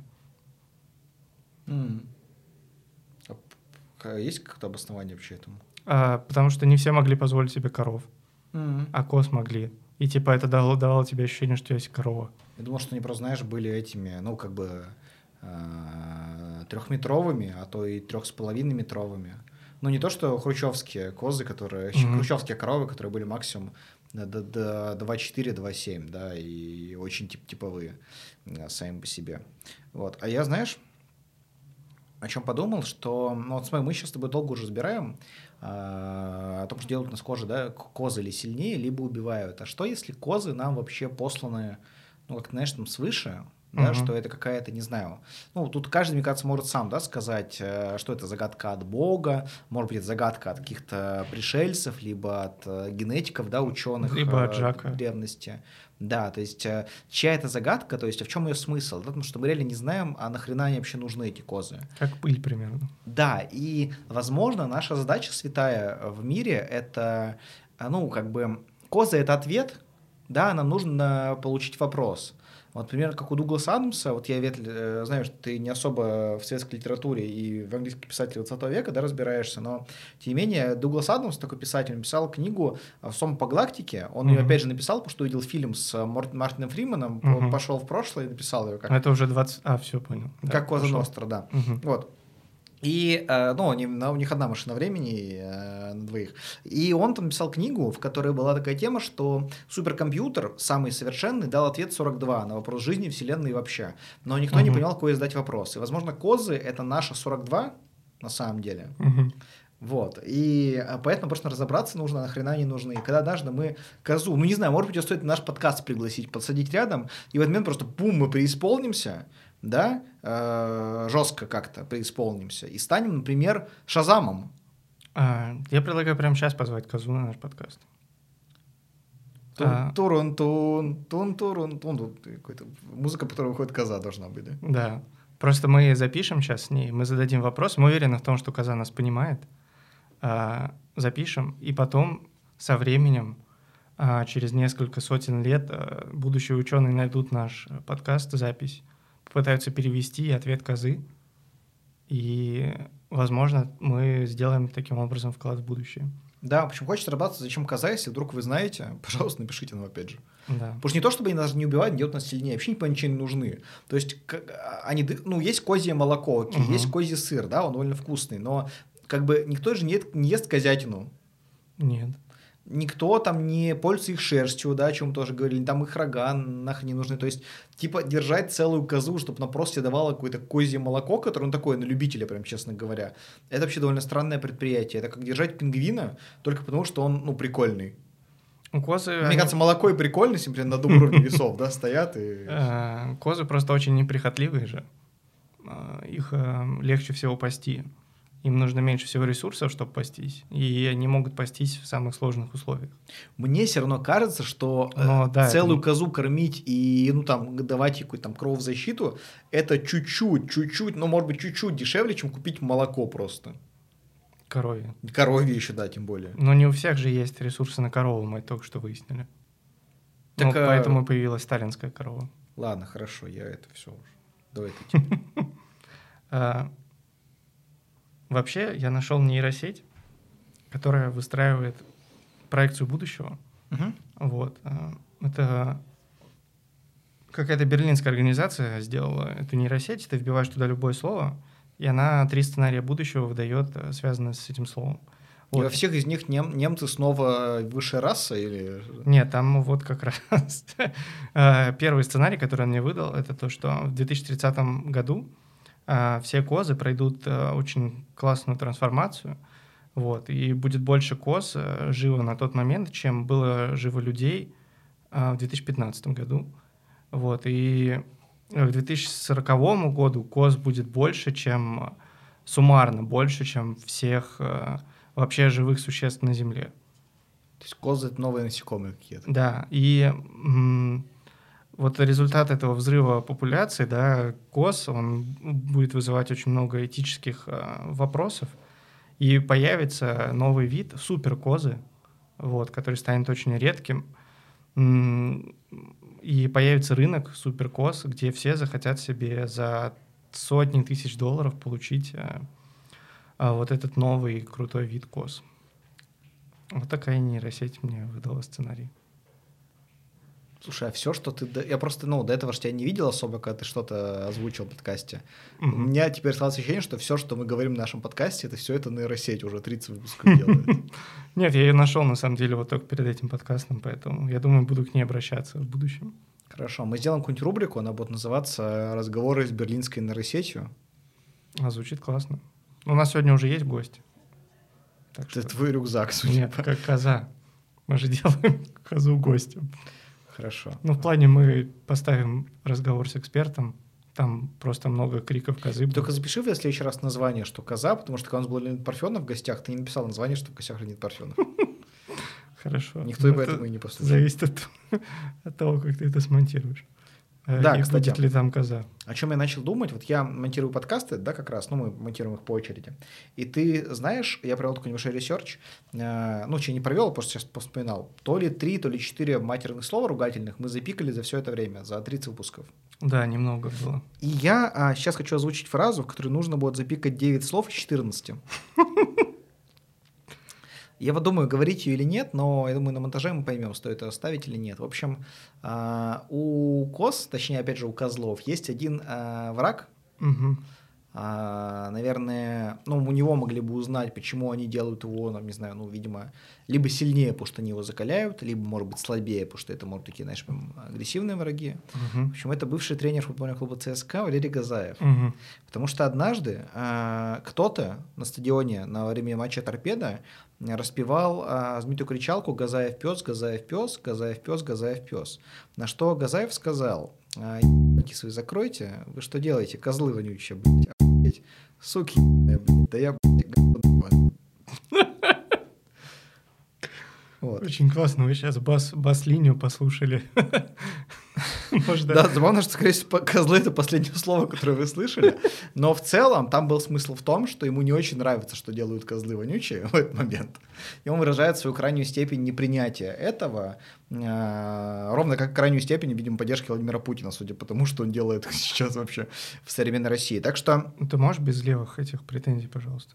Есть какое-то обоснование вообще этому? Потому что не все могли позволить себе коров, а коз могли. И типа это давало тебе ощущение, что есть корова. Я думал, что они просто, знаешь, были этими, ну, как бы 3-метровыми, а то и 3,5-метровыми. Ну, не то, что хрущевские козы, которые... Хрущевские коровы, которые были максимум до 2,4-2,7, да, и очень типовые сами по себе. Вот. А я, знаешь, о чем подумал, что... Ну, вот смотри, мы сейчас с тобой долго уже разбираем о том, что делают у нас кожи, да, козы или сильнее, либо убивают. А что, если козы нам вообще посланы, ну, как, знаешь, там свыше... Да, что это какая-то, не знаю, ну, тут каждый, мне кажется, может сам, да, сказать, что это загадка от Бога, может быть, это загадка от каких-то пришельцев, либо от генетиков, да, ученых либо от Жака. древности. Да, то есть, чья это загадка, то есть, а в чем ее смысл? Да, потому что мы реально не знаем, а нахрена они вообще нужны, эти козы. Как пыль примерно. Да, и, возможно, наша задача святая в мире — это, ну, как бы, козы — это ответ, да, нам нужно получить вопрос. Вот, примерно, как у Дугласа Адамса, вот я знаю, что ты не особо в советской литературе и в английском писателе 20 века, да, разбираешься, но, тем не менее, Дуглас Адамс, такой писатель, написал книгу «Сон по галактике». Он ее, опять же, написал, потому что увидел фильм с Мартином Фриманом, он пошел в прошлое и написал ее. Это уже 20... все, понял. Как Коза Ностра, да. Вот. И, ну, у них одна машина времени на двоих. И он там писал книгу, в которой была такая тема, что суперкомпьютер, самый совершенный, дал ответ 42 на вопрос жизни, вселенной и вообще. Но никто не понимал, какой задать вопрос. И, возможно, козы — это наша 42 на самом деле. Вот. И поэтому просто разобраться нужно, нахрена они нужны. И когда однажды мы козу, ну, не знаю, может быть, стоит наш подкаст пригласить, подсадить рядом, и в этот момент просто бум, мы преисполнимся, да, жестко как-то преисполнимся, и станем, например, Шазамом. Я предлагаю прямо сейчас позвать козу на наш подкаст. Тун-турун-тун, тун-турун-тун. Какая-то музыка, по которой выходит коза, должна быть, да? Да. Просто мы запишем сейчас с ней, мы зададим вопрос, мы уверены в том, что коза нас понимает, запишем, и потом со временем, через несколько сотен лет, будущие ученые найдут наш подкаст, запись, попытаются перевести ответ козы, и, возможно, мы сделаем таким образом вклад в будущее. Да, в общем, хочется разобраться, зачем коза, если вдруг вы знаете, пожалуйста, напишите нам опять же. Да. Потому что не то, чтобы они нас не убивают, не делают нас сильнее, вообще не понимаю, ничего не нужны. То есть, они, ну, есть козье молоко, окей, есть козий сыр, да, он довольно вкусный, но как бы никто же не ест козятину. Нет. Никто там не пользуется их шерстью, да, о чем тоже говорили, там их рога нахрен не нужны. То есть, типа, держать целую козу, чтобы она просто давала какое-то козье молоко, которое, ну, такое, на любителя, прям, честно говоря, это вообще довольно странное предприятие. Это как держать пингвина, только потому что он, ну, прикольный. Козы, мне кажется, молоко и прикольность, например, на одном уровне весов, да, стоят. И... Козы просто очень неприхотливые же. Их легче всего пасти. Им нужно меньше всего ресурсов, чтобы пастись, и они могут пастись в самых сложных условиях. Мне все равно кажется, что целую козу кормить и, ну, там, давать ей какую-то там кровозащиту, это чуть-чуть, ну, может быть, чуть-чуть дешевле, чем купить молоко просто. Коровье. Коровье еще, да, тем более. Но не у всех же есть ресурсы на корову, мы только что выяснили. Так, поэтому появилась сталинская корова. Ладно, хорошо, я это все уже. Давай ты. Вообще, я нашел нейросеть, которая выстраивает проекцию будущего. Вот. Это какая-то берлинская организация сделала эту нейросеть, ты вбиваешь туда любое слово, и она 3 сценария будущего выдает, связанные с этим словом. Вот. И во всех из них немцы снова высшая раса или... Нет, там вот как раз первый сценарий, который он мне выдал, это то, что в 2030 году все козы пройдут очень классную трансформацию, вот, и будет больше коз живо на тот момент, чем было живо людей в 2015 году. Вот, и к 2040 году коз будет больше, чем суммарно, больше, чем всех вообще живых существ на Земле. То есть козы — это новые насекомые какие-то. Да, и... Вот результат этого взрыва популяции, да, коз, он будет вызывать очень много этических вопросов, и появится новый вид суперкозы, вот, который станет очень редким, и появится рынок суперкоз, где все захотят себе за сотни тысяч долларов получить вот этот новый крутой вид коз. Вот такая нейросеть мне выдала сценарий. Слушай, а все, что ты... Я просто, ну, до этого же тебя не видел особо, когда ты что-то озвучил в подкасте. У меня теперь осталось ощущение, что все, что мы говорим в нашем подкасте, это все это нейросеть уже 30 выпусков делает. Нет, я ее нашел, на самом деле, вот только перед этим подкастом, поэтому я думаю, буду к ней обращаться в будущем. Хорошо, мы сделаем какую-нибудь рубрику, она будет называться «Разговоры с берлинской нейросетью». Звучит классно. У нас сегодня уже есть гость. Это твой рюкзак, судя Нет, как коза. Мы же делаем козу гостем. Хорошо. Ну, в плане мы поставим разговор с экспертом, там просто много криков козы. Только запиши в следующий раз название, что коза, потому что когда у нас был Леонид Парфенов в гостях, ты не написал название, что в гостях Леонид Парфенов. Хорошо. Никто и поэтому и не послушает. Зависит от того, как ты это смонтируешь. Да, и кстати, будет ли там коза. О чем я начал думать, вот я монтирую подкасты, да, как раз, ну, мы монтируем их по очереди, и ты знаешь, я провел такой небольшой ресерч, ну, не провел, просто сейчас вспоминал, то ли 3, то ли 4 матерных слова ругательных мы запикали за все это время, за 30 выпусков. Да, немного было. И я сейчас хочу озвучить фразу, в которой нужно будет запикать 9 слов из 14. Я вот думаю, говорить ее или нет, но я думаю, на монтаже мы поймем, стоит ее оставить или нет. В общем, у коз, точнее, опять же, у козлов, есть один враг, наверное, ну, у него могли бы узнать, почему они делают его, не знаю, ну, видимо, либо сильнее, потому что они его закаляют, либо, может быть, слабее, потому что это, может, такие, знаешь, агрессивные враги. В общем, это бывший тренер футбольного клуба ЦСКА Валерий Газаев. Потому что однажды кто-то на стадионе на время матча «Торпедо» распевал знаменитую кричалку «Газаев пес, Газаев пес, Газаев пес, Газаев пес». На что Газаев сказал: «Ебаки свои закройте, вы что делаете, козлы вонючие, блядь, охуеть, суки, блядь, да я, блядь, говно». Вот. Очень классно, вы сейчас бас-линию послушали. Да, забавно, что, скорее всего, козлы — это последнее слово, которое вы слышали, но в целом там был смысл в том, что ему не очень нравится, что делают козлы вонючие в этот момент, и он выражает свою крайнюю степень непринятия этого, ровно как крайнюю степень, видимо, поддержки Владимира Путина, судя по тому, что он делает сейчас вообще в современной России. Так что... Ты можешь без левых этих претензий, пожалуйста?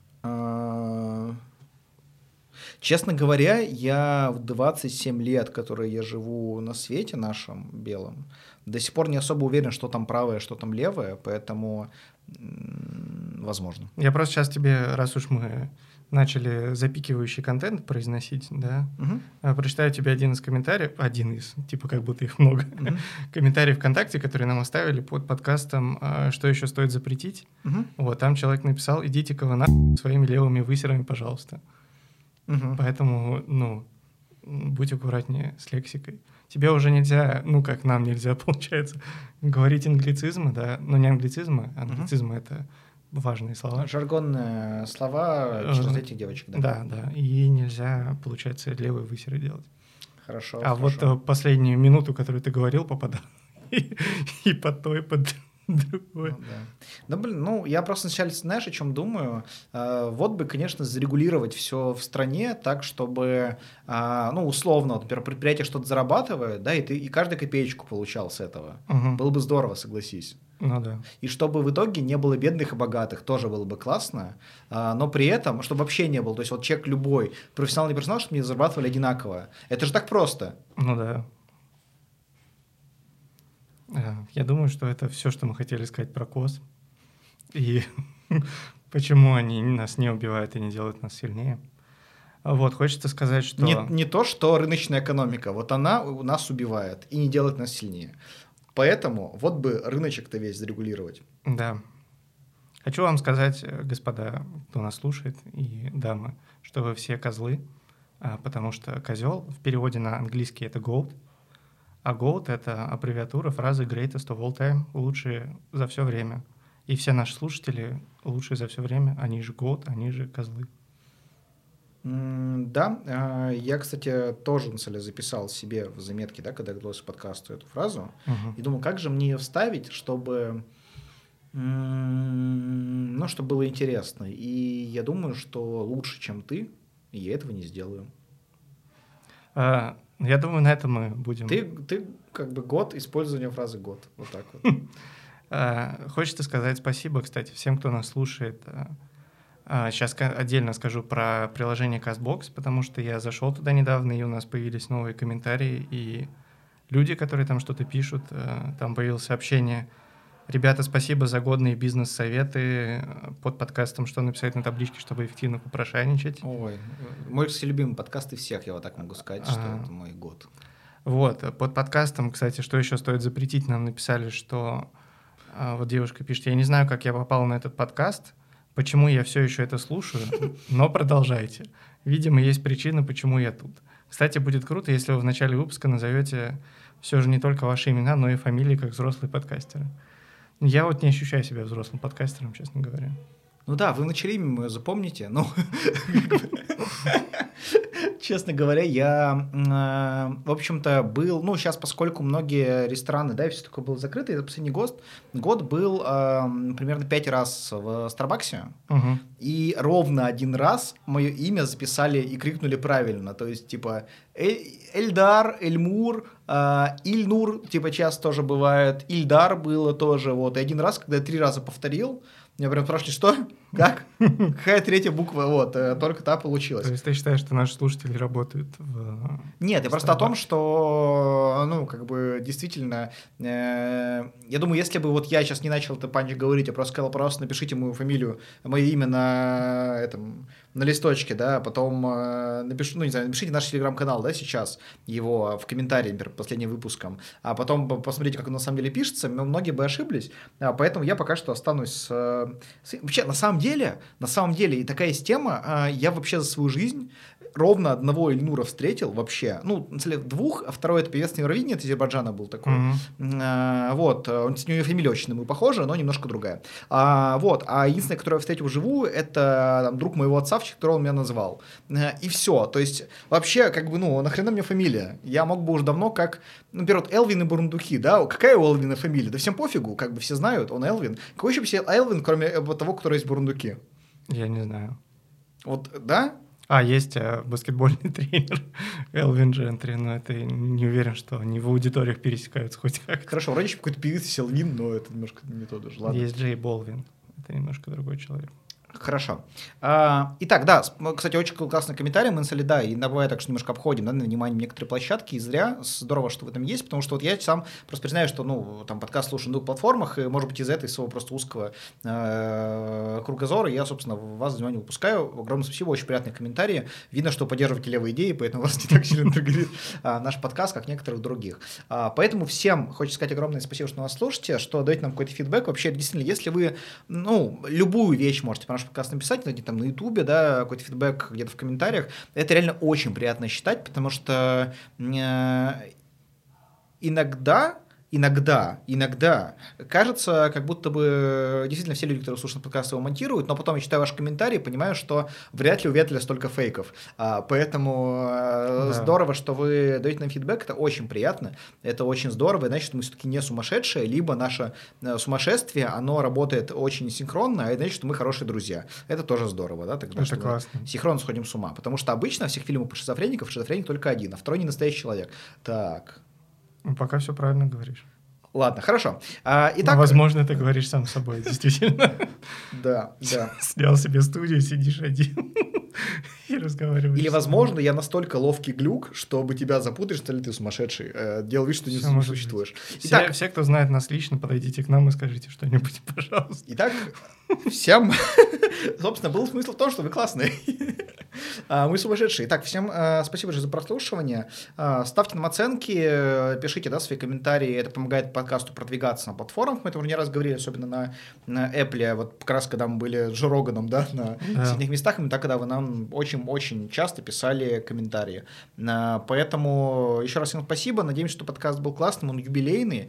Честно говоря, я в 27 лет, которые я живу на свете нашем белом, до сих пор не особо уверен, что там правое, что там левое, поэтому возможно. Я просто сейчас тебе, раз уж мы начали запикивающий контент произносить, да, прочитаю тебе один из, типа как будто их много, комментариев ВКонтакте, которые нам оставили под подкастом «Что еще стоит запретить?». Вот, там человек написал: «Идите-ка вы нахуй своими левыми высерами, пожалуйста». Поэтому, будь аккуратнее с лексикой. Тебе уже нельзя, как нам нельзя, получается, говорить англицизмы, да, но не англицизмы, англицизмы — это важные слова. Жаргонные слова через этих девочек, да? Да, и нельзя, получается, левые высеры делать. Хорошо. Вот последнюю минуту, которую ты говорил, попадал и под то, и под другое. Я просто вначале, знаешь, о чем думаю? Вот бы, конечно, зарегулировать все в стране так, чтобы, условно, например, предприятие что-то зарабатывает, да, и каждую копеечку получал с этого. Было бы здорово, согласись. Да. И чтобы в итоге не было бедных и богатых, тоже было бы классно, но при этом, чтобы вообще не было, то есть вот человек любой, профессионал, не профессионал, чтобы они зарабатывали одинаково. Это же так просто. Да. Я думаю, что это все, что мы хотели сказать про КОС. И почему они нас не убивают и не делают нас сильнее. Вот, хочется сказать, что... Не то, что рыночная экономика. Вот она нас убивает и не делает нас сильнее. Поэтому вот бы рыночек-то весь зарегулировать. Да. Хочу вам сказать, господа, кто нас слушает, и дамы, что вы все козлы, потому что козел в переводе на английский — это goat. А GOAT — это аббревиатура фразы greatest of all time, лучшие за все время. И все наши слушатели лучшие за все время, они же GOAT, они же козлы. Да, я, кстати, тоже, на самом деле, записал себе в заметки, да, когда готовился к подкасту, эту фразу, и думал, как же мне ее вставить, чтобы чтобы было интересно. И я думаю, что лучше, чем ты, я этого не сделаю. Я думаю, на этом мы будем... Ты как бы год использования фразы «год». Вот так вот. Хочется сказать спасибо, кстати, всем, кто нас слушает. Сейчас отдельно скажу про приложение CastBox, потому что я зашел туда недавно, и у нас появились новые комментарии, и люди, которые там что-то пишут, там появилось сообщение: «Ребята, спасибо за годные бизнес-советы под подкастом, что написать на табличке, чтобы эффективно попрошайничать». Ой, мой, кстати, любимый подкаст из всех, я вот так могу сказать, что это мой год. Вот, под подкастом, кстати, что еще стоит запретить, нам написали, что вот девушка пишет: «Я не знаю, как я попала на этот подкаст, почему я все еще это слушаю, но продолжайте. Видимо, есть причина, почему я тут. Кстати, будет круто, если вы в начале выпуска назовете все же не только ваши имена, но и фамилии, как взрослые подкастеры». Я вот не ощущаю себя взрослым подкастером, честно говоря. Да, вы начали мимо, запомните. Честно говоря, я, в общем-то, был... сейчас, поскольку многие рестораны, да, и все такое было закрыто, я за последний год был примерно 5 раз в Старбаксе, и ровно 1 раз мое имя записали и крикнули правильно. То есть, типа, Эльдар, Эльмур, Ильнур, типа, часто тоже бывает, Ильдар было тоже, вот. И 1 раз, когда я 3 раза повторил, меня прям спрашивали: что? Как? Какая третья буква? Вот, только та получилась. То есть ты считаешь, что наши слушатели работают в... Нет, я просто о том, что, ну, как бы, действительно, я думаю, если бы вот я сейчас не начал это панч говорить, а просто сказал, просто напишите мою фамилию, мое имя на листочке, да, потом напишу, ну, не знаю, напишите наш телеграм-канал, да, сейчас, его в комментарии, например, под последним выпуском, а потом посмотрите, как он на самом деле пишется, многие бы ошиблись, поэтому я пока что останусь вообще, на самом деле, и такая есть тема, я вообще за свою жизнь ровно одного Ильнура встретил вообще, ну, на самом деле двух, а второй это певец на Евровидении, от Азербайджана был такой, вот, с него фамилия очень на мою похожа, но немножко другая, вот, а единственное, которое я встретил вживую, это там, друг моего отца, которого он меня назвал, и все, то есть вообще, как бы, ну, нахрена мне фамилия, я мог бы уже давно как, ну, например, вот Элвин и Бурундуки, да, какая у Элвина фамилия, да всем пофигу, как бы все знают, он Элвин, какой еще все Элвин, кроме того, который есть Бурундуки? Я не знаю. Вот, да? Есть баскетбольный тренер Элвин Джентри, но это не уверен, что они в аудиториях пересекаются хоть как-то. Хорошо, вроде еще какой-то певец Селвин, но это немножко не то даже, ладно. Есть Джей Болвин, это немножко другой человек. Хорошо. Итак, да, кстати, очень классный комментарий, мы насали, да, и бывает так, что немножко обходим, да, на внимание некоторые площадки, и зря, здорово, что в этом есть, потому что вот я сам просто признаю, что, ну, там, подкаст слушаю на двух платформах, и, может быть, из этой своего просто узкого кругозора я, собственно, вас внимание выпускаю. Огромное спасибо, очень приятные комментарии. Видно, что поддерживаете левые идеи, поэтому вас не так сильно триггерит наш подкаст, как некоторых других. Поэтому всем хочется сказать огромное спасибо, что нас слушаете, что даете нам какой-то фидбэк. Вообще, действительно, если вы, ну, любую вещь можете по нашему подкаст написать, где-то там на Ютубе, да, какой-то фидбэк где-то в комментариях, это реально очень приятно считать, потому что иногда кажется, как будто бы действительно все люди, которые слушают подкаст, его монтируют, но потом я читаю ваши комментарии и понимаю, что вряд ли у Ветля столько фейков. Поэтому здорово, что вы даете нам фидбэк, это очень приятно, это очень здорово, и значит, мы все-таки не сумасшедшие, либо наше сумасшествие, оно работает очень синхронно, а значит, что мы хорошие друзья. Это тоже здорово, да? Тогда, это классно. Мы синхронно сходим с ума, потому что обычно в всех фильмах про шизофреников шизофреник только один, а второй не настоящий человек. Так... Пока все правильно говоришь. Ладно, хорошо. Итак... возможно, ты говоришь сам собой, действительно. Да. Снял себе студию, сидишь один и разговариваешь. Или, возможно, я настолько ловкий глюк, чтобы тебя запутаешь, что ли ты сумасшедший. Делал вид, что не существуешь. Итак, все, кто знает нас лично, подойдите к нам и скажите что-нибудь, пожалуйста. Итак, всем... Собственно, был смысл в том, что вы классные. Мы сумасшедшие. Итак, всем спасибо же за прослушивание. Ставьте нам оценки, пишите, да, свои комментарии. Это помогает подкасту продвигаться на платформах. Мы это уже не раз говорили, особенно на Apple. Вот как раз, когда мы были с Джо Роганом, да, на сильных местах, именно так, когда вы нам очень-очень часто писали комментарии. Поэтому еще раз всем спасибо. Надеемся, что подкаст был классным, он юбилейный.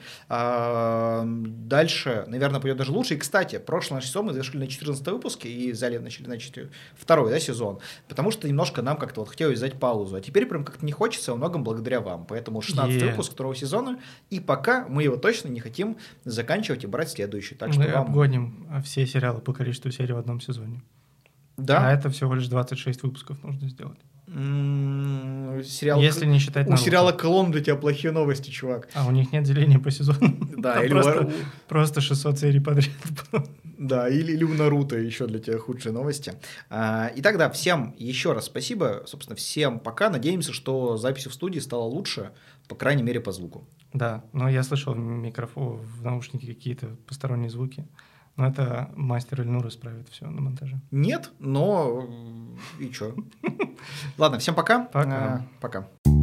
Дальше, наверное, пойдет даже лучше. И, кстати, прошлый наш сезон мы завершили на 14 выпуске и начали, значит, второй, да, сезон. Потому что немножко нам как-то вот хотелось взять паузу. А теперь прям как-то не хочется, во многом благодаря вам. Поэтому 16 выпуск второго сезона. И пока мы его точно не хотим заканчивать и брать следующий. Так что мы обгоним все сериалы по количеству серий в одном сезоне. Да. А это всего лишь 26 выпусков нужно сделать. Сериал... Если не считать у сериала «Клон» для тебя плохие новости, чувак. А у них нет деления по сезону. Да, или просто 600 серий подряд. Да, или у Наруто еще для тебя худшие новости. Итак, да, всем еще раз спасибо. Собственно, всем пока. Надеемся, что запись в студии стала лучше, по крайней мере, по звуку. Да, но я слышал в микрофон, в наушнике какие-то посторонние звуки. Но это мастер Ильнур исправит все на монтаже. Нет, но и чё? Ладно, всем пока. Пока. Пока.